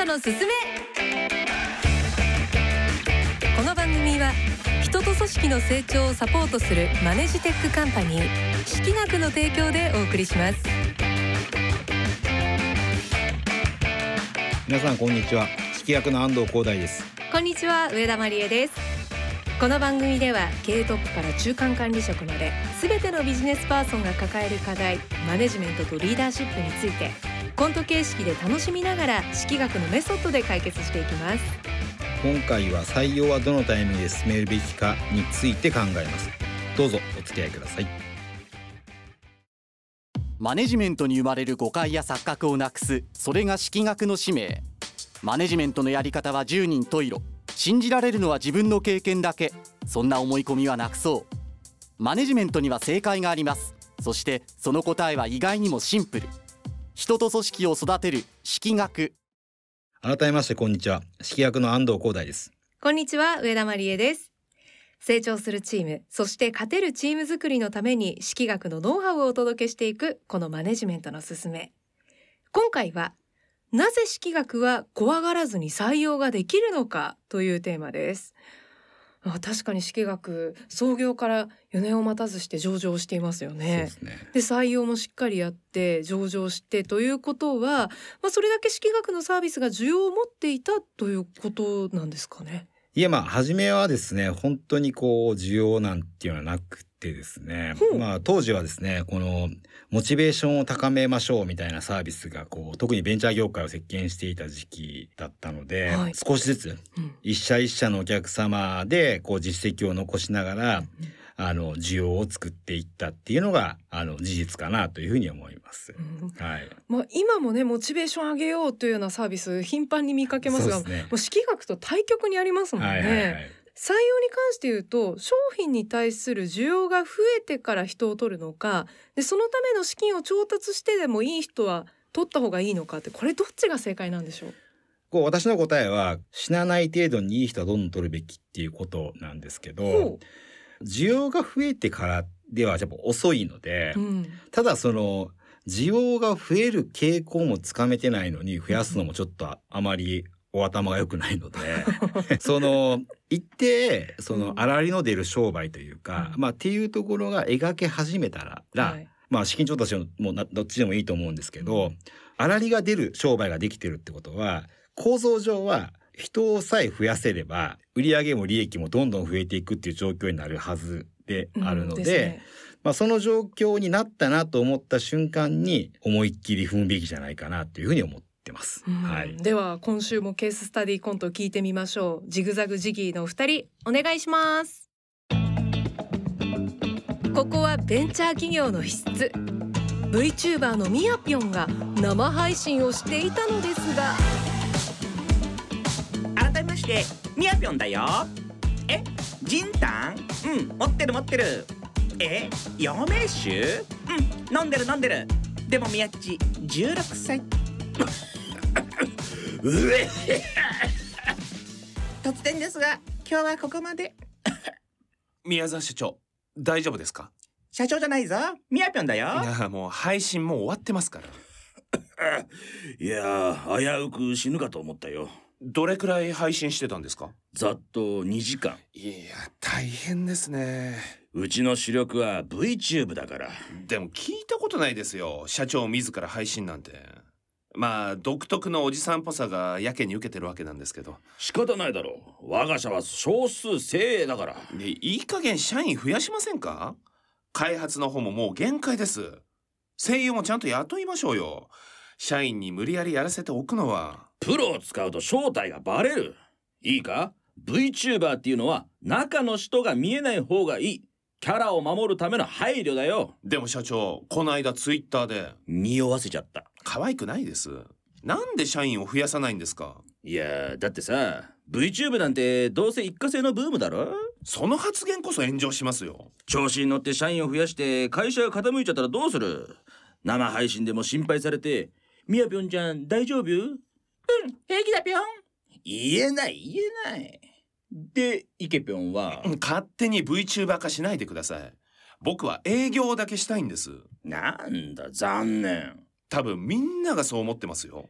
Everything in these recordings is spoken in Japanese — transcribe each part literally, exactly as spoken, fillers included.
トのすすめ。この番組は人と組織の成長をサポートするマネジテックカンパニー識学の提供でお送りします。 皆さんこんにちは。識学の安藤光大です。 こんにちは、上田真理恵です。この番組では経営トップから中間管理職まで全てのビジネスパーソンが抱える課題、マネジメントとリーダーシップについてコント形式で楽しみながら識学のメソッドで解決していきます。 今回は採用はどのタイミングで進めるべきかについて考えます。どうぞお付き合いください。 マネジメントに生まれる誤解や錯覚をなくす、それが識学の使命。マネジメントのやり方は十人十色。信じられるのは自分の経験だけ。そんな思い込みはなくそう。マネジメントには正解があります。そしてその答えは意外にもシンプル。人と組織を育てる識学。 改めましてこんにちは。識学の安藤光大です。 こんにちは、上田真理恵です。成長するチーム、そして勝てるチーム作りのために識学のノウハウをお届けしていくこのマネジメントのすすめ。今回はなぜ識学は怖がらずに採用ができるのかというテーマです。あ、確かに識学創業からよねんを待たずして上場していますよね。 そうですね。 で採用もしっかりやって上場してということは、まあ、それだけ識学のサービスが需要を持っていたということなんですかね。 いやまあ初めはですね、本当にこう需要なんていうのはなくてですね、まあ当時はですね、このモチベーションを高めましょうみたいなサービスがこう特にベンチャー業界を席巻していた時期だったので、はい、少しずつ一社一社のお客様でこう実績を残しながら、うん、あの需要を作っていったっていうのがあの事実かなというふうに思います。うん、はい。 まあ、今もねモチベーション上げようというようなサービス頻繁に見かけますが、そうですね、もう識学と対極にありますもんね。はいはいはい。採用に関して言うと、商品に対する需要が増えてから人を取るのか、でそのための資金を調達してでもいい人は取った方がいいのかって、これどっちが正解なんでしょう。 こう私の答えは死なない程度にいい人はどんどん取るべきっていうことなんですけど、需要が増えてからではやっぱ遅いので、うん、ただその需要が増える傾向もつかめてないのに増やすのもちょっとあまりお頭が良くないのでその一定その粗利の出る商売というか、うん、まあっていうところが描け始めたら、はい、まあ資金調達もどっちでもいいと思うんですけど、粗利が出る商売ができてるってことは構造上は人さえ増やせれば売上も利益もどんどん増えていくっていう状況になるはずであるので、うんですね、まあ、その状況になったなと思った瞬間に思いっきり踏むべきじゃないかなというふうに思ってます。はい、では今週もケーススタディコントを聞いてみましょう。ジグザグジギーのお二人お願いします。ここはベンチャー企業の一室。 VTuber のみやぴょんが生配信をしていたのですが、 改めましてみやぴょんだよ。え、ジンタン？うん、持ってる持ってる。え、陽明酒？うん、飲んでる飲んでる。でもみやっちじゅうろくさい。うえ突然ですが今日はここまで。 宮沢社長大丈夫ですか？ 社長じゃないぞ、みやぴょんだよ。 いやもう配信もう終わってますから。 いや危うく死ぬかと思ったよ。 どれくらい配信してたんですか？ ざっとにじかん。 いや大変ですね。 うちの主力は VTube だから。 でも聞いたことないですよ、社長自ら配信なんて。まあ独特のおじさんっぽさがやけに受けてるわけなんですけど。 仕方ないだろう、我が社は少数精鋭だから。 でいい加減社員増やしませんか？開発の方ももう限界です。声優もちゃんと雇いましょうよ。社員に無理やりやらせておくのは。 プロを使うと正体がバレる。いいか、 VTuber っていうのは中の人が見えない方がいい。キャラを守るための配慮だよ。 でも社長、この間ツイッターで匂わせちゃった。 可愛くないです。なんで社員を増やさないんですか？ いやだってさ、 VTube なんてどうせ一過性のブームだろ。 その発言こそ炎上しますよ。 調子に乗って社員を増やして会社が傾いちゃったらどうする。生配信でも心配されて、みやぴょんちゃん大丈夫？うん、 平気だぴょん。 言えない言えない。で、イケぴょんは勝手に VTuber 化しないでください。僕は営業だけしたいんです。 なんだ残念。 多分みんながそう思ってますよ。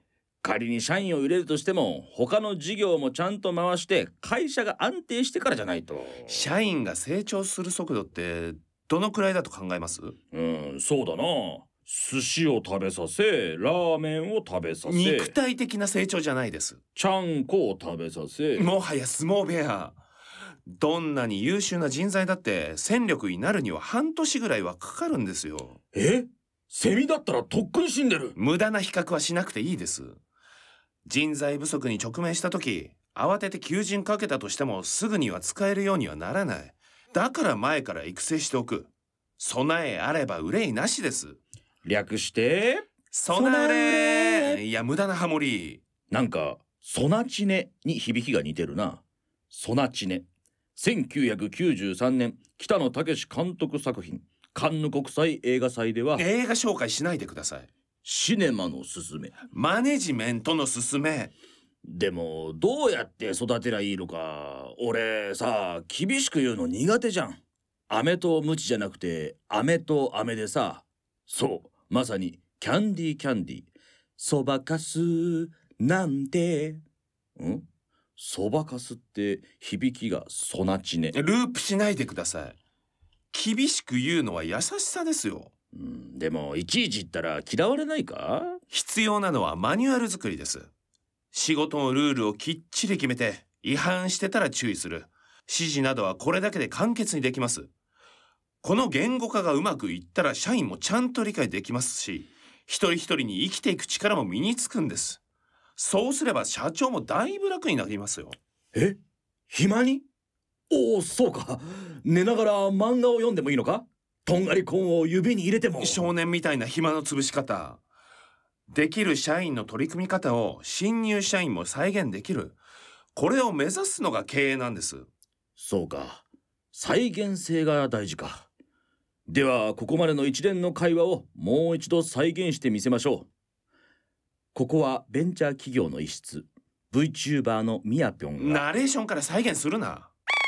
仮に社員を入れるとしても他の事業もちゃんと回して会社が安定してからじゃないと。 社員が成長する速度ってどのくらいだと考えます？ うん、そうだな。寿司を食べさせ、ラーメンを食べさせ、 肉体的な成長じゃないです。 ちゃんこを食べさせ、 もはや相撲部屋。どんなに優秀な人材だって戦力になるには半年ぐらいはかかるんですよ。 え？セミだったらとっくに死んでる。 無駄な比較はしなくていいです。人材不足に直面した時、慌てて求人かけたとしてもすぐには使えるようにはならない。だから前から育成しておく。備えあれば憂いなしです。 略してソナレ。いや、無駄なハモリ。 なんかソナチネに響きが似てるな。ソナチネ、せんきゅうひゃくきゅうじゅうさんねん北野武監督作品。カンヌ国際映画祭では映画紹介しないでください。 シネマのすすめ、 マネジメントのすすめ。 でもどうやって育てりゃいいのか、俺さ厳しく言うの苦手じゃん。飴とムチじゃなくて飴と飴でさ。そう、まさにキャンディーキャンディー。そばかすなんてんそばかすって響きがソナチネ。 ループしないでください。厳しく言うのは優しさですよ。 うん、でもいちいち言ったら嫌われないか？ 必要なのはマニュアル作りです。仕事のルールをきっちり決めて、違反してたら注意する。指示などはこれだけで簡潔にできます。この言語化がうまくいったら社員もちゃんと理解できますし、一人一人に生きていく力も身につくんです。そうすれば社長もだいぶ楽になりますよ。 え？暇に？おお、そうか。寝ながら漫画を読んでもいいのか？とんがりコーンを指に入れても。 少年みたいな暇の潰し方。できる社員の取り組み方を新入社員も再現できる。これを目指すのが経営なんです。 そうか。再現性が大事か。ではここまでの一連の会話をもう一度再現してみせましょう。ここはベンチャー企業の一室。 VTuber のみやぴょんがナレーションから再現するな。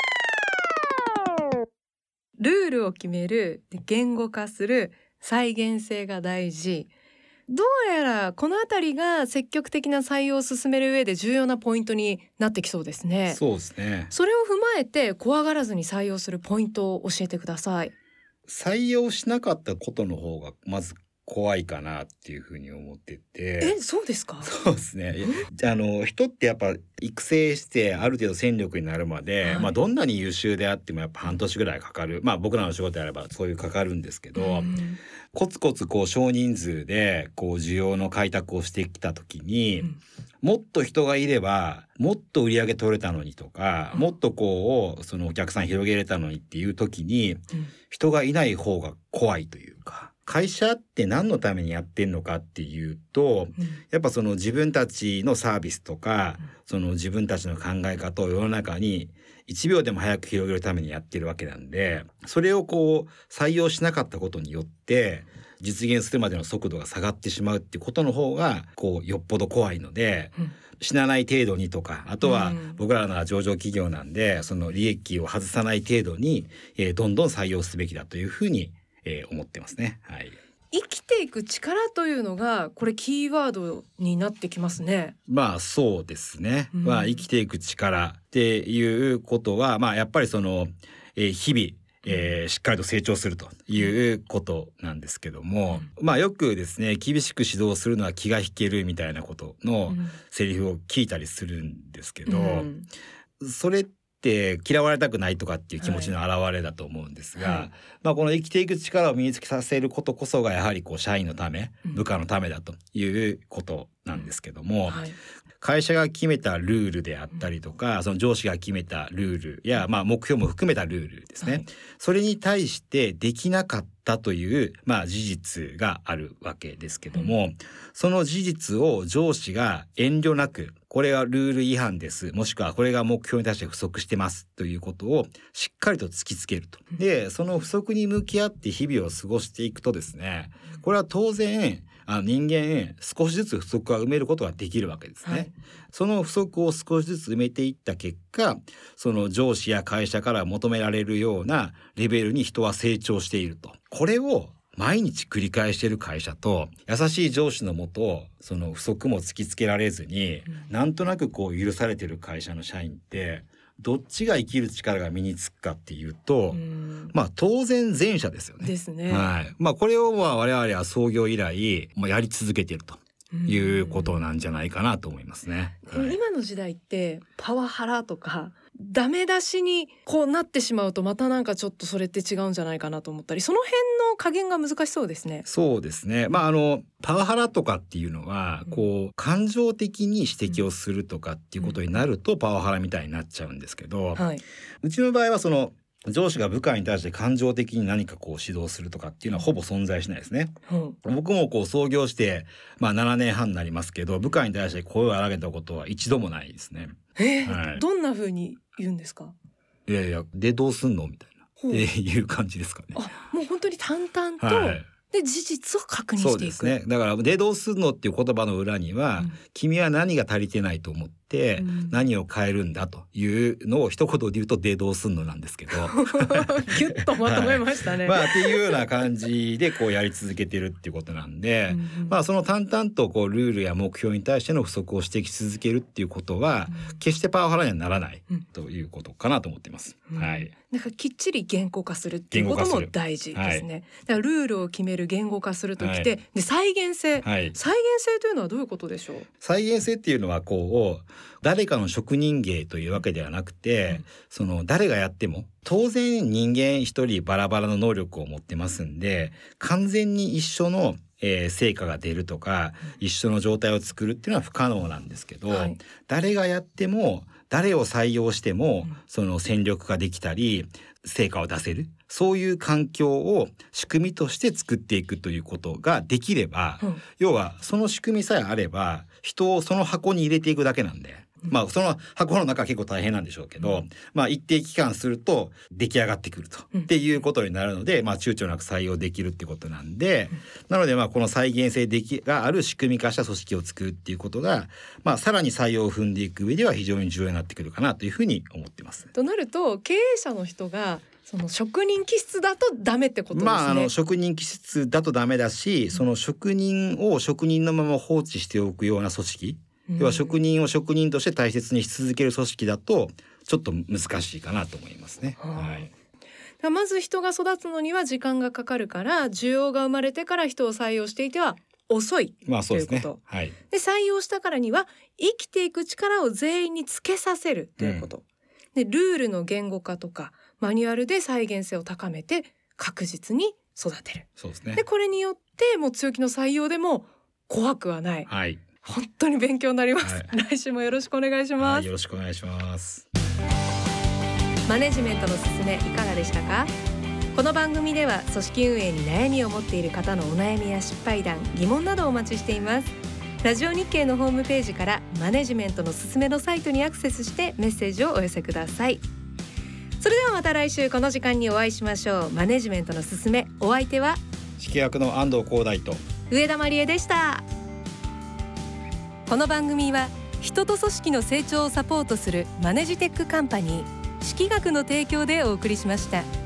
ルールを決める、言語化する、再現性が大事。どうやらこのあたりが積極的な採用を進める上で重要なポイントになってきそうですね。 そうですね。 それを踏まえて怖がらずに採用するポイントを教えてください。 採用しなかったことの方がまず怖いかなっていうふうに思ってて。 え、そうですか？ そうですね。あの人ってやっぱ育成してある程度戦力になるまで、はい、まあどんなに優秀であってもやっぱ半年ぐらいかかる。まあ僕らの仕事であればそういうかかるんですけど、うん、コツコツこう少人数でこう需要の開拓をしてきた時に、うん、もっと人がいればもっと売り上げ取れたのにとか、うん、もっとこうそのお客さん広げれたのにっていう時に、うん、人がいない方が怖いというか。会社って何のためにやってんのかっていうと、うん、やっぱその自分たちのサービスとか、うん、その自分たちの考え方を世の中にいちびょうでも早く広げるためにやってるわけなんで、それをこう採用しなかったことによって実現するまでの速度が下がってしまうっていうことの方がこうよっぽど怖いので、うん、死なない程度にとか、あとは僕らのは上場企業なんで、その利益を外さない程度に、えー、どんどん採用すべきだというふうにえー、思ってますね。はい。 生きていく力というのがこれキーワードになってきますね。 まあそうですね。うん、まあ生きていく力っていうことは、まあやっぱりその、えー、日々、えー、しっかりと成長するということなんですけども、うん、まあよくですね、厳しく指導するのは気が引けるみたいなことのセリフを聞いたりするんですけど、うん、それって嫌われたくないとかっていう気持ちの表れだと思うんですが、はいはい、まあこの生きていく力を身につけさせることこそがやはりこう社員のため、うん、部下のためだということなんですけども、はい、会社が決めたルールであったりとか、その上司が決めたルールや、まあ目標も含めたルールですね、はい、それに対してできなかったという、まあ、事実があるわけですけども、うん、その事実を上司が遠慮なく、これはルール違反です、もしくはこれが目標に対して不足してますということをしっかりと突きつけると。で、その不足に向き合って日々を過ごしていくとですね、これは当然あの人間少しずつ不足は埋めることができるわけですね、はい、その不足を少しずつ埋めていった結果、その上司や会社から求められるようなレベルに人は成長していると。これを毎日繰り返している会社と、優しい上司のもとその不足も突きつけられずに、うん、なんとなくこう許されている会社の社員ってどっちが生きる力が身につくかっていうと、うん、まあ当然前者ですよね。 ですね。 はい。まあこれをまあ我々は創業以来もうやり続けているということなんじゃないかなと思いますね。 うん、はい、今の時代ってパワハラとかダメ出しにこうなってしまうと、またなんかちょっとそれって違うんじゃないかなと思ったり、その辺の加減が難しそうですね。 そうですね。まああのパワハラとかっていうのは、こう感情的に指摘をするとかっていうことになるとパワハラみたいになっちゃうんですけど、はい、うちの場合はその上司が部下に対して感情的に何かこう指導するとかっていうのはほぼ存在しないですね。うん、僕もこう創業してまあななねんはんになりますけど、部下に対して声を荒げたことは一度もないですね。 えーはい、どんな風に言うんですか？ いやいや、でどうすんのみたいなっていう感じですかね。 あ、もう本当に淡々と、はい、で事実を確認していく。 そうですね。だからでどうすんのっていう言葉の裏には、うん、君は何が足りてないと思って、うん、何を変えるんだというのを一言で言うとでどうすんのなんですけどギュッとまとめましたね。 はい、まあっていうような感じでこうやり続けてるっていうことなんで、うんうん、まあその淡々とこうルールや目標に対しての不足を指摘し続けるっていうことは、うん、決してパワハラにはならない、うん、ということかなと思っています。うん、はい。 なんかきっちり言語化するっていうことも大事ですね。はい、だからルールを決める、言語化するときて、はい、で再現性、はい、再現性というのはどういうことでしょう？ 再現性っていうのはこう誰かの職人芸というわけではなくて、うん、その誰がやっても当然人間一人バラバラの能力を持ってますんで、完全に一緒のえー、成果が出るとか、うん、一緒の状態を作るっていうのは不可能なんですけど、はい、誰がやっても誰を採用しても、うん、その戦力ができたり成果を出せる、そういう環境を仕組みとして作っていくということができれば、うん、要はその仕組みさえあれば人をその箱に入れていくだけなんで、まあその箱の中は結構大変なんでしょうけど、うん、まあ一定期間すると出来上がってくると、うん、っていうことになるので、まあ躊躇なく採用できるっていうことなんで、うん、なのでまあこの再現性がある仕組み化した組織を作るっていうことが、まあさらに採用を踏んでいく上では非常に重要になってくるかなというふうに思ってます。 となると経営者の人がその職人気質だとダメってことですね。 まあ、あの職人気質だとダメだし、その職人を職人のまま放置しておくような組織、要は職人を職人として大切にし続ける組織だとちょっと難しいかなと思いますね。はあ、はい。 まず人が育つのには時間がかかるから、需要が生まれてから人を採用していては遅い、まあそうですね、ということ、はい、で採用したからには生きていく力を全員につけさせるということ、うん、でルールの言語化とかマニュアルで再現性を高めて確実に育てる。 そうですね。 でこれによってもう強気の採用でも怖くはない、 はい、 本当に勉強になります、はい、来週もよろしくお願いします、はい、 よろしくお願いします。 マネジメントのすすめいかがでしたか？この番組では組織運営に悩みを持っている方のお悩みや失敗談、疑問などをお待ちしています。ラジオ日経のホームページからマネジメントのすすめのサイトにアクセスしてメッセージをお寄せください。それではまた来週この時間にお会いしましょう。マネジメントのすすめ、お相手は指揮役の安藤光大と上田まりえでした。この番組は人と組織の成長をサポートするマネジテックカンパニー識学の提供でお送りしました。